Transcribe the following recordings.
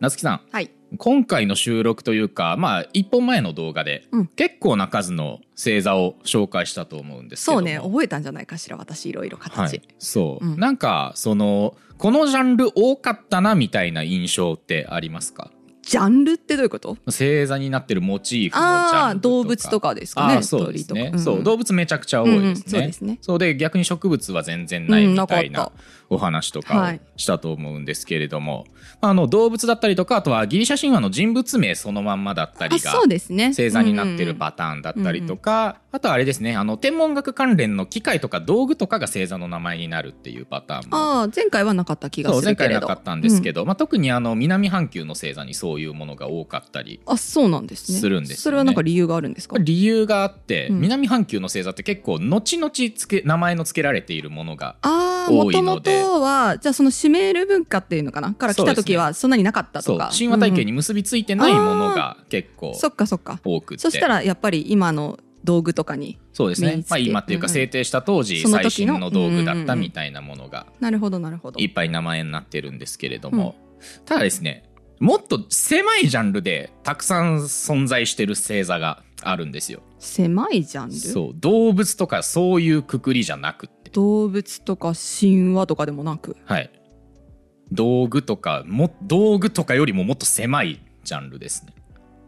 夏木さん、 はい、 今回の収録というか、1本前の動画で、結構な数の星座を紹介したと思うんですけども。 そうね、覚えたんじゃないかしら、私いろいろ形、 はい、そう、なんかこのジャンル多かったなみたいな印象ってありますか？ ジャンルってどういうこと？ 星座になってるモチーフのジャンルとか。 動物とかですかね。 そうですね、そう動物めちゃくちゃ多いですね、 そうですね。 そうで逆に植物は全然ないみたいなお話とかをしたと思うんですけれども、動物だったりとか、あとはギリシャ神話の人物名そのまんまだったりが星座になってるパターンだったりとか、あとはあれですね、天文学関連の機械とか道具とかが星座の名前になるっていうパターンも。 前回はなかった気がするけれど。 そう前回なかったんですけど、特に南半球の星座にそういうものが多かったりそうなんですね。 するんですよね。 それはなんか理由があるんですか？ 理由があって、南半球の星座って結構後々名前の付けられているものが多いので、 もともとはじゃあそのシュメール文化っていうのかなから来た時はそんなになかったとか、 神話体系に結びついてないものが結構多くて、 そしたらやっぱり今の道具とかにそうですね、今っていうか制定した当時最新の道具だったみたいなものがいっぱい名前になってるんですけれども、ただですね、もっと狭いジャンルでたくさん存在してる星座があるんですよ。 狭いジャンル？ そう、動物とかそういうくくりじゃなくて、 動物とか神話とかでもなく、 はい、道具とかよりももっと狭いジャンルですね。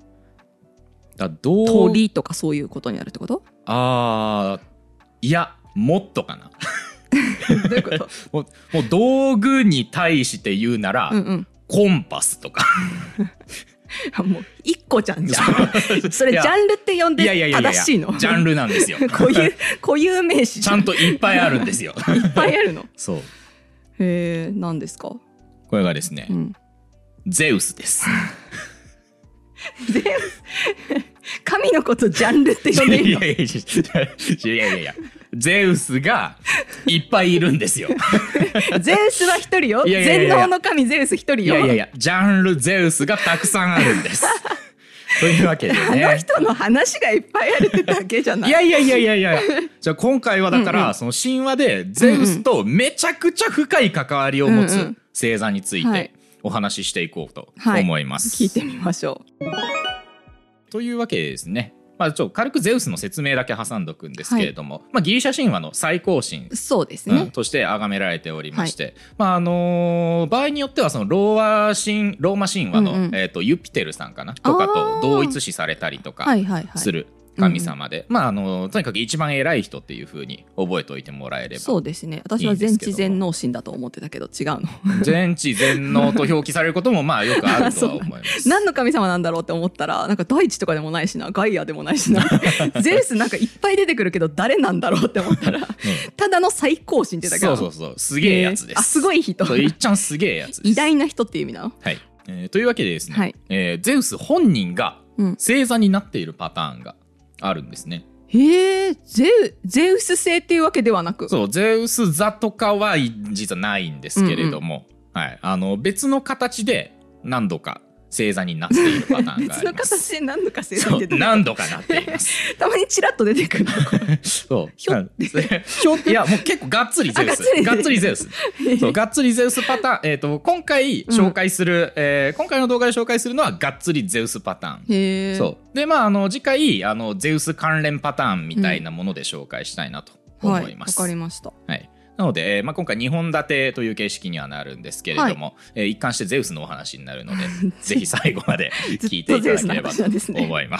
鳥とかそういうことになるってこと？ いやもっとかなどういうこと？ もう道具に対して言うなら、コンパスとかもう一個じゃん。じゃんそれジャンルって呼んで正しいの？ ジャンルなんですよ固有名詞ちゃんといっぱいあるんですよいっぱいあるの？ そう。 何ですか？ これがですね、ゼウスですゼウス神のことジャンルって呼んでいいの？ いやゼウスがいっぱいいるんですよゼウスは一人よ。全能の神ゼウス一人よ。 いやジャンルゼウスがたくさんあるんですというわけでね、 あの人の話がいっぱいあるってだけじゃない？ いやじゃあ今回はだから、その神話でゼウスとめちゃくちゃ深い関わりを持つ星座についてお話ししていこうと思います、 聞いてみましょう。 というわけでですね、ちょっと軽くゼウスの説明だけ挟んどくんですけれども、ギリシャ神話の最高神、 そうですね、 として崇められておりまして、場合によってはそのローマ神話の、ユピテルさんかなとかと同一視されたりとかする神様で、とにかく一番偉い人っていう風に覚えておいてもらえればいいんですけど。 そうですね、私は全知全能神だと思ってたけど違うの？ 全知全能と表記されることもよくあるとは思います何の神様なんだろうって思ったら、なんか大地とかでもないしな、ガイアでもないしなゼウスなんかいっぱい出てくるけど誰なんだろうって思ったら、ただの最高神ってだけど、 そうすげえやつです。 すごい人、 いっちゃんすげえやつです。 偉大な人っていう意味なの？ はい、というわけでですね、ゼウス本人が星座になっているパターンがあるんですね。 ゼウス星っていうわけではなく、 そう、ゼウス座とかは実はないんですけれども、別の形で何度か星座になっているパターンがあります。 別の形で何度か星座に出てくる。 何度かなっていますたまにチラッと出てくるそうひょいやもう結構がっつりゼウスがっつりゼウスそうがっつりゼウスパターン、今回紹介する、今回の動画で紹介するのはがっつりゼウスパターン。そうで次回ゼウス関連パターンみたいなもので紹介したいなと思います。 わかりました。 なので、今回2本立てという形式にはなるんですけれども、一貫してゼウスのお話になるのでぜひ最後まで聞いていただければと思います。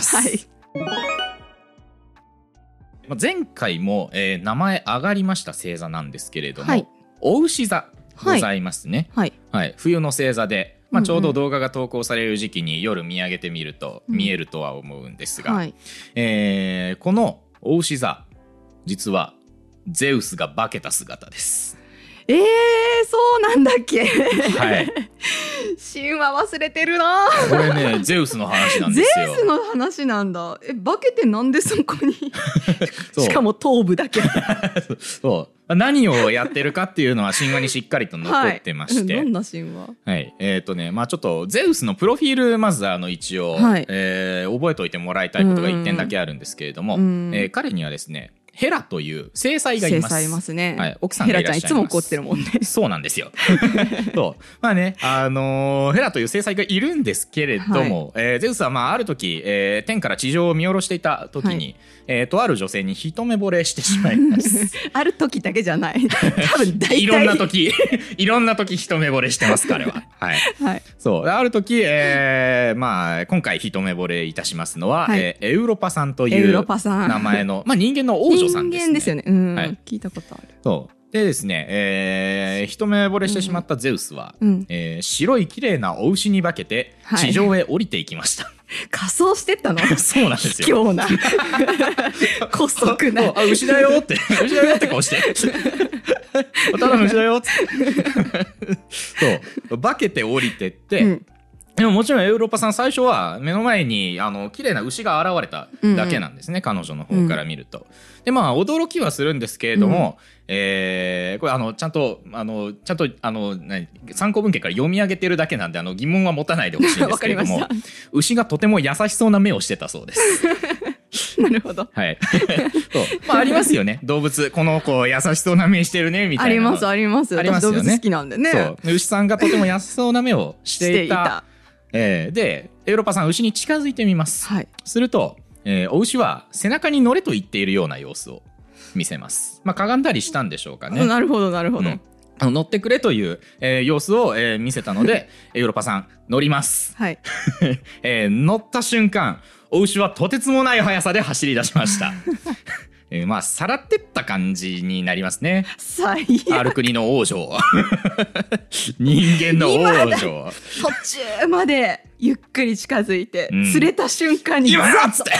前回も、名前上がりました星座なんですけれども、お牛座ございますね。冬の星座で、ちょうど動画が投稿される時期に夜見上げてみると見えるとは思うんですが、このお牛座実はゼウスが化けた姿です。 そうなんだっけ？ はい神話忘れてるな。 これねゼウスの話なんですよ。 ゼウスの話なんだ。化けてなんでそこにしかも頭部だけそう何をやってるかっていうのは神話にしっかりと残ってまして、 どんな神話？ ちょっとゼウスのプロフィールまず一応、覚えておいてもらいたいことが1点だけあるんですけれども、彼にはですねヘラという正妻がいます。 正妻いますね。 はい、奥さんがいらっしゃいます。 ヘラちゃんいつも怒ってるもんね。 そうなんですよ。そうまあね、ヘラという正妻がいるんですけれども、ゼウスはまあある時、天から地上を見下ろしていた時に、とある女性に一目惚れしてしまいます。 ある時だけじゃない。多分大体いろんな時一目惚れしてます彼は。はい。はい、そうある時、まあ今回一目惚れいたしますのは、エウロパさんという名前のまあ人間の王女さんですね。 人間ですよね。うん、はい、聞いたことある。 そうでですね、一目惚れしてしまったゼウスは、白い綺麗なお牛に化けて地上へ降りていきました。 仮装してったの？ そうなんですよ。 卑怯な。こそくない。 あ、牛だよって顔して。ただの牛だよって。そう、化けて降りてって、でももちろんエウロパさん最初は目の前に綺麗な牛が現れただけなんですね、彼女の方から見ると。でまあ驚きはするんですけれども、これちゃんと参考文献から読み上げてるだけなんで疑問は持たないでほしいんですけれども牛がとても優しそうな目をしてたそうです。 なるほど。 はい。そうまあありますよね。動物この子優しそうな目してるねみたいな。 ありますあります。私動物好きなんでね。 そう牛さんがとても優しそうな目をしていた。でエウロパさん牛に近づいてみます。はい、すると、お牛は背中に乗れと言っているような様子を見せます。まあかがんだりしたんでしょうかね。 なるほどなるほど。 乗ってくれという、様子を、見せたのでエウロパさん乗ります。はい。乗った瞬間お牛はとてつもない速さで走り出しました。まあさらってった感じになりますね。 最悪。 ある国の王女。人間の王女。 途中までゆっくり近づいて、釣れた瞬間に今だっつって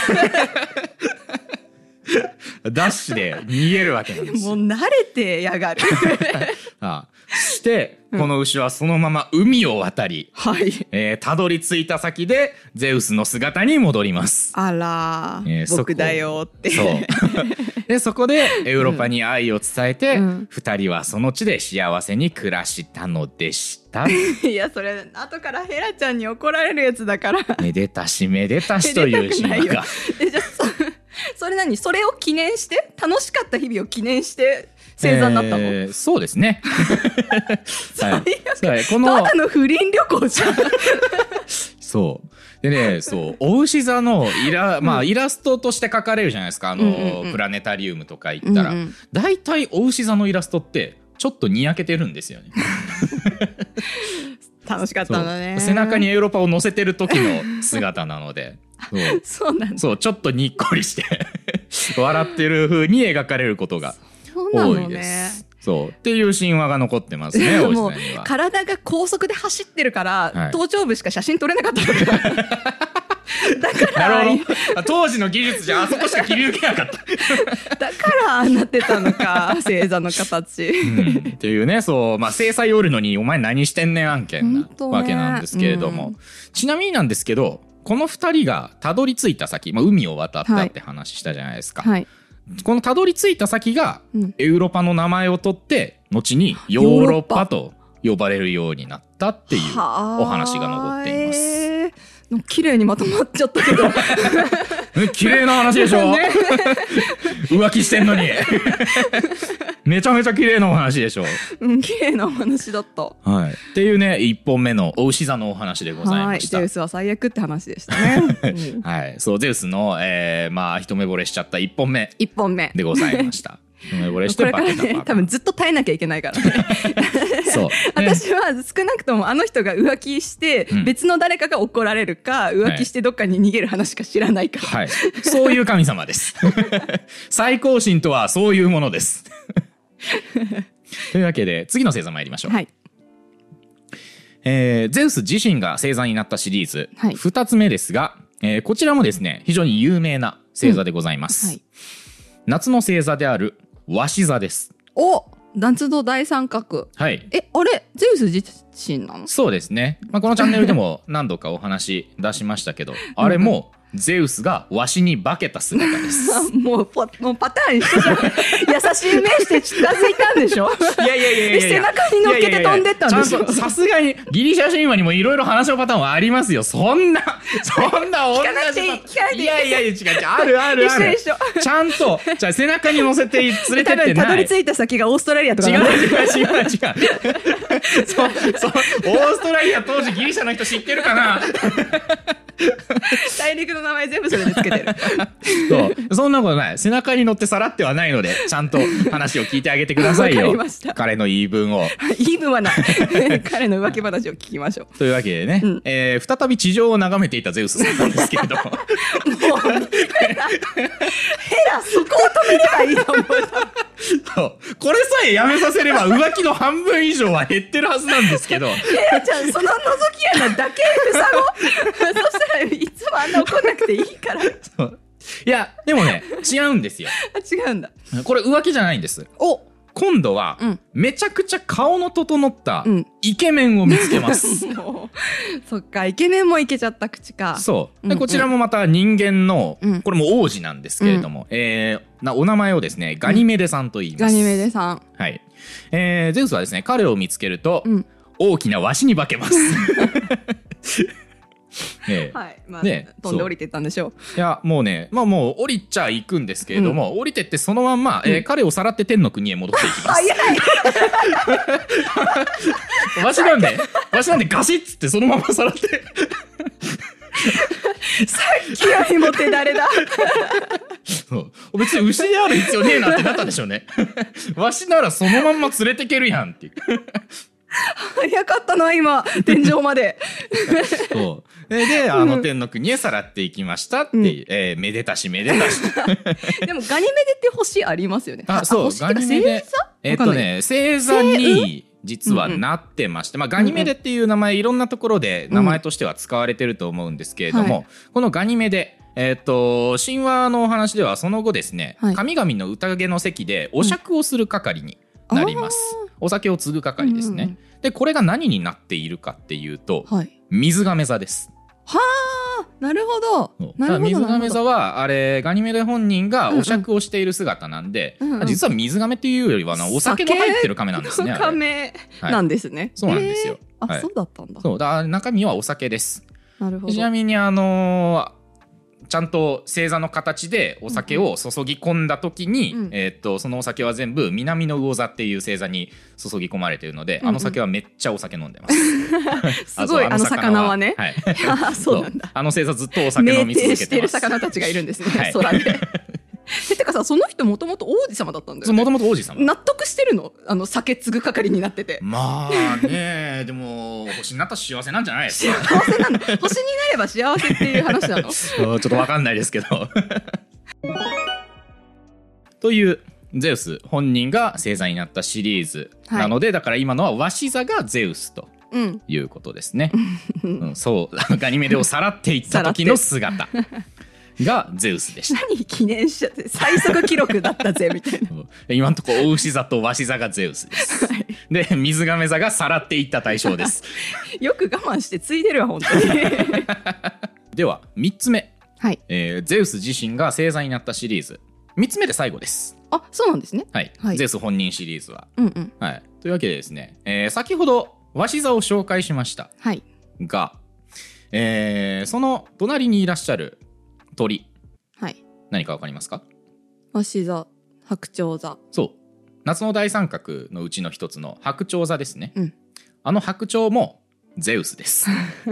ダッシュで逃げるわけなんですよ。 もう慣れてやがる。 して、この牛はそのまま海を渡り、たどり着いた先でゼウスの姿に戻ります。 あら、僕だよって。 そうでそこでエウロパに愛を伝えて、2人はその地で幸せに暮らしたのでした。 いやそれ後からヘラちゃんに怒られるやつだから。 めでたしめでたしというシーンが。 じゃそれ何？それを記念して楽しかった日々を記念して星座になったの？ そうですね。 はい、このただの不倫旅行じゃん。 そうでね、そうお牛座のまあ、イラストとして描かれるじゃないですか。プラネタリウムとか行ったら、だいたいお牛座のイラストってちょっとにやけてるんですよね。 楽しかったんだね。 背中にエウロパを乗せてる時の姿なので。 そうなんだ。 そうちょっとにっこりして笑ってる風に描かれることが多いです。そうっていう神話が残ってますね。 もう体が高速で走ってるから、頭頂部しか写真撮れなかったのか。だからなるほど。当時の技術じゃあそこしか切り抜けなかった。 だからああなってたのか、星座の形。 っていうね、そうまあ制裁おるのにお前何してんねん案件なわけなんですけれども、ちなみになんですけど。この2人がたどり着いた先、まあ、海を渡ったって話したじゃないですか。はい、このたどり着いた先がエウロパの名前を取って後にヨーロッパと呼ばれるようになったっていうお話が残っています。 綺麗にまとまっちゃったけど。 綺麗な話でしょ。浮気してんのに。めちゃめちゃ綺麗なお話でしょ。 綺麗なお話だった。 はい。っていうね、1本目のお牛座のお話でございました。 ゼウスは最悪って話でしたね。 はい。そうゼウスのまあ一目惚れしちゃった1本目でございました。一目惚れしてこれからね、多分ずっと耐えなきゃいけないからね。そう。私は少なくともあの人が浮気して別の誰かが怒られるか、浮気してどっかに逃げる話しか知らないから。 はい。そういう神様です。最高神とはそういうものです。というわけで次の星座参りましょう。はい。ゼウス自身が星座になったシリーズ、2つ目ですが、こちらもですね非常に有名な星座でございます。はい、夏の星座である鷲座です。 お、夏の大三角。 はい。 あれゼウス自身なの？ そうですね。まあ、このチャンネルでも何度かお話出しましたけど、あれもゼウスがわしに化けた姿ですもうパターン一緒じゃん優しい目して近づいたんでしょいや背中に乗っけて飛んでったんでしょ。 さすがにギリシャ神話にもいろいろ話のパターンはありますよ。そんな同じいや違うある一緒ちゃんとじゃあ背中に乗せて連れてってない。 たどり着いた先がオーストラリアとか違うそうオーストラリア当時ギリシャの人知ってるかな大陸の名前全部それでつけてるそんなことない。背中に乗ってさらってはないのでちゃんと話を聞いてあげてくださいよ彼の言い分を言い分はない彼の浮気話を聞きましょう。 というわけでね、再び地上を眺めていたゼウスさんなんですけれどももうヘラそこを止めればいいと思うこれさえやめさせれば浮気の半分以上は減ってるはずなんですけどヘラちゃんその覗き穴だけ塞ごそしたらいつもあんな怒んなくていいからいやでもね違うんですよ違うんだ。 これ浮気じゃないんです。今度は、めちゃくちゃ顔の整ったイケメンを見つけます、 そっかイケメンもいけちゃった口か。 そうで、こちらもまた人間の、これも王子なんですけれども、お名前をですねガニメデさんと言います、 ガニメデさん。 はい、ゼウスはですね彼を見つけると、大きなワシに化けますはいまあね、飛んで降りてったんでしょう。 いやもうね、もう降りちゃいくんですけれども、降りてってそのまんま、彼をさらって天の国へ戻っていきます。わしなんでガシッつってそのままさらってさっきよりも手だれだそう別に牛である必要ねえなってなったんでしょうねわしならそのまんま連れてけるやんっていう早かったな今天井までそうで天の国へさらっていきましたって、めでたしでもガニメデって星ありますよね。 そうガニメデ星座に実はなってまして、ガニメデっていう名前いろんなところで名前としては使われてると思うんですけれども、このガニメデ神話のお話ではその後ですね、神々の宴の席でお酌をする係になります、お酒を継ぐ係ですね、でこれが何になっているかっていうと、水亀座です。 はあなるほど。 水亀座はあれガニメデ本人がお酌をしている姿なんで、実は水亀っていうよりはお酒の入ってる亀なんですね。 亀なんですね、 そうなんですよ、 そうだったんだ。 そうだ中身はお酒です。 なるほど。 ちなみにちゃんと星座の形でお酒を注ぎ込んだ時に、そのお酒は全部南の魚座っていう星座に注ぎ込まれているので、あの酒はめっちゃお酒飲んでますすごい魚はね、そうなんだ。 星座ずっとお酒飲み続けてます。酩酊してる魚たちがいるんですね、空でてかさその人もともと王子様だったんだよね。 もともと王子様。 納得してるの酒継ぐ係になってて。 まあねでも星になったら幸せなんじゃないですか。 幸せなの星になれば幸せっていう話なのちょっと分かんないですけどというゼウス本人が星座になったシリーズなので、だから今のはわし座がゼウスということですね、そうガニメデをさらっていった時の姿がゼウスでした。 何記念しちゃって最速記録だったぜみたいな今のところお牛座とわし座がゼウスです、で水亀座がさらっていった対象ですよく我慢してついでるわ本当にでは3つ目、ゼウス自身が星座になったシリーズ3つ目で最後です。 そうなんですね。 ゼウス本人シリーズは、というわけでですね、先ほどわし座を紹介しました、が、その隣にいらっしゃる鳥、何かわかりますか？ わし座、白鳥座。 そう夏の大三角のうちの一つの白鳥座ですね、あの白鳥もゼウスです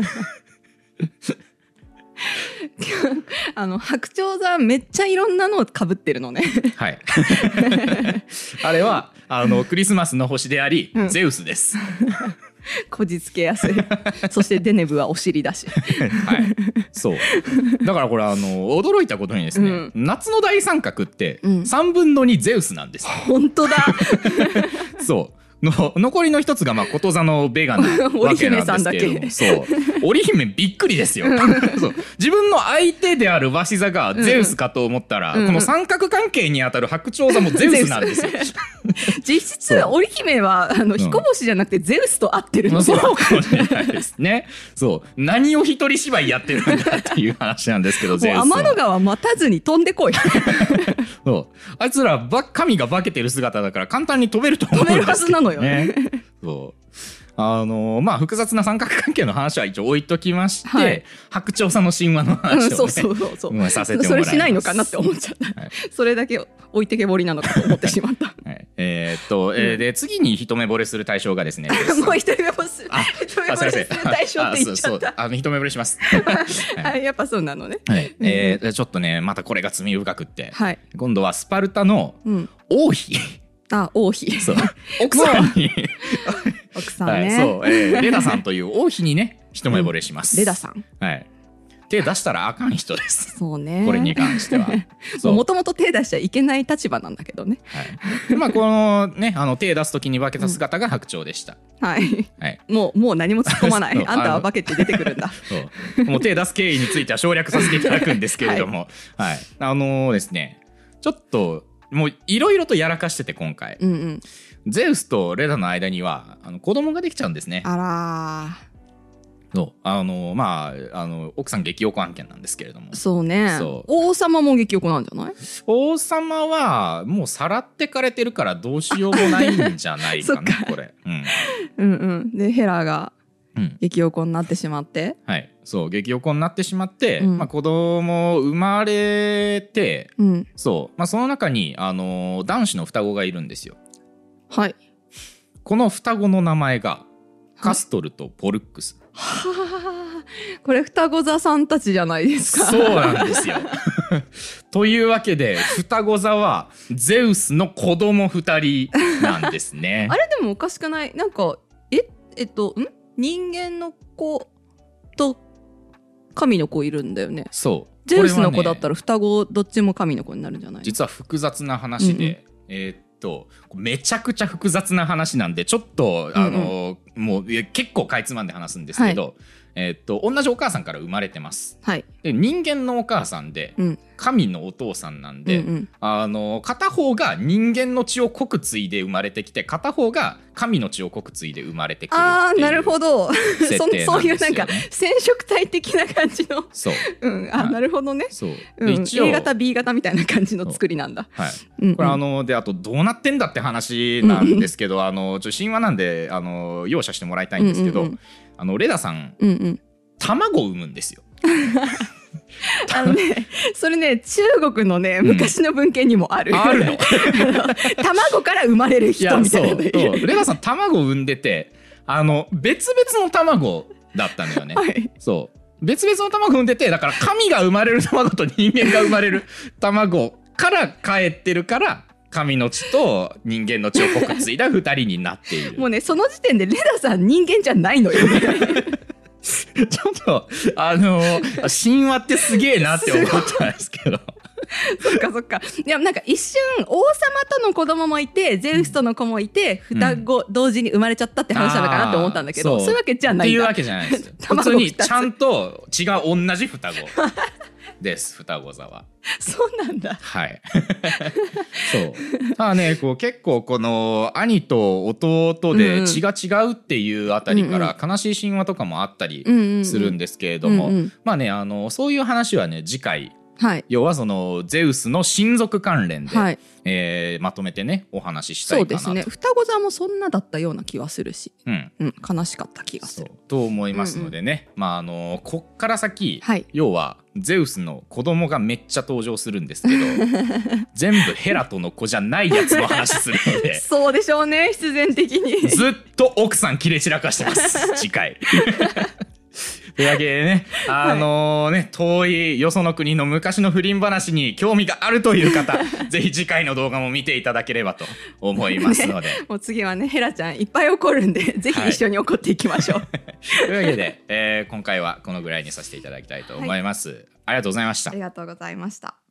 白鳥座めっちゃいろんなのをかぶってるのねはいあれはクリスマスの星であり、ゼウスですこじつけやすいそしてデネブはお尻だしそうだからこれ驚いたことにですね、夏の大三角って3分の2ゼウスなんです、 本当だそう残りの一つがこと座のベガなわけなんですけれども、そう織姫びっくりですよそう自分の相手であるわし座がゼウスかと思ったら、この三角関係にあたる白鳥座もゼウスなんですよ実質織姫は彦星じゃなくてゼウスと会ってるのでは、 そうかもしれないですね。そう何を一人芝居やってるんだっていう話なんですけど、ゼウス天の川待たずに飛んでこいそうあいつら神が化けてる姿だから簡単に飛べると思うんですけど、ね、 飛べるはずなのよね。 そうまあ複雑な三角関係の話は一応置いときまして、はい、白鳥さんの神話の話を、ねさせてもらいます。 それしないのかなって思っちゃった、はい、それだけ置いてけぼりなのかと思ってしまった、 はいで次に一目惚れする対象がですねもう一目惚れする対象って言っちゃった一目惚れします、 はい、やっぱそうなのね、 はいちょっとねまたこれが罪深くって、 はい、 今度はスパルタの王妃、 王妃そう奥さんに奥さんね、 はい、そうレダさんという王妃にね一目惚れします、 レダさん、 はい、手出したらあかん人です。 そうね、 これに関してはもともと手出しちゃいけない立場なんだけどね、 はい、まあこのね手出す時に化けた姿が白鳥でした、 はい、はい、もう何も突っ込まないあんたは化けて出てくるんだそうもう手出す経緯については省略させていただくんですけれども、はいはい、ですねちょっともういろいろとやらかしてて今回、ゼウスとレダの間には子供ができちゃうんですね。 あらそうまあ奥さん激おこ案件なんですけれども、 そうね、王様も激おこなんじゃない？ 王様はもうさらってかれてるからどうしようもないんじゃないかなこれ、 でヘラが激おこになってしまって、 はい、そう激おこになってしまって、まあ、子供生まれて、そうまあ、その中に男子の双子がいるんですよ。 はい。 この双子の名前がカストルとポルックス。 はあ、これ双子座さんたちじゃないですか。 そうなんですよというわけで双子座はゼウスの子供2人なんですねあれでもおかしくない？なんか人間の子と神の子いるんだよね。 そう。 ゼウスの子だったら双子どっちも神の子になるんじゃない？ 実は複雑な話で、めちゃくちゃ複雑な話なんでちょっともう結構かいつまんで話すんですけど、同じお母さんから生まれてます、はい、で人間のお母さんで、神のお父さんなんで、片方が人間の血を濃く継いで生まれてきて片方が神の血を濃く継いで生まれてくるっていうなるほど設定なんですよね。 そういうなんか染色体的な感じのそう、 なるほどね。 そう、 一応 A 型 B 型みたいな感じの作りなんだ。はい、 これであとどうなってんだって話なんですけど、神話なんで容赦してもらいたいんですけど、レダさん、卵を産むんですよそれね中国のね昔の文献にもある、 あるの卵から生まれる人みたいな。 レダさん卵を産んでて別々の卵だったのよね、はい、そう別々の卵を産んでて、だから神が生まれる卵と人間が生まれる卵から帰ってるから神の血と人間の血を濃く継いだ2人になっているもうねその時点でレダさん人間じゃないのよねちょっと神話ってすげえなって思ったんですけどそっかそっか。でもなんか一瞬王様との子供もいてゼウスとの子もいて双子同時に生まれちゃったって話なのかなって思ったんだけど、そういうわけじゃないんだ。 っていうわけじゃないですよ普通にちゃんと血が同じ双子です双子座は。 そうなんだ。 はいそうただね結構この兄と弟で血が違うっていうあたりから悲しい神話とかもあったりするんですけれども、まあねそういう話はね次回、はい、要はそのゼウスの親族関連で、はい、まとめてねお話ししたいかなと。 そうですね。双子座もそんなだったような気はするし、悲しかった気がすると思いますのでね、まあこっから先、はい、要はゼウスの子供がめっちゃ登場するんですけど全部ヘラとの子じゃないやつの話するのでそうでしょうね必然的にずっと奥さん切れ散らかしてます次回というわけでね、遠いよその国の昔の不倫話に興味があるという方ぜひ次回の動画も見ていただければと思いますので、 もう次はねヘラちゃんいっぱい怒るんでぜひ一緒に怒っていきましょう、 というわけで、今回はこのぐらいにさせていただきたいと思います、ありがとうございました。 ありがとうございました。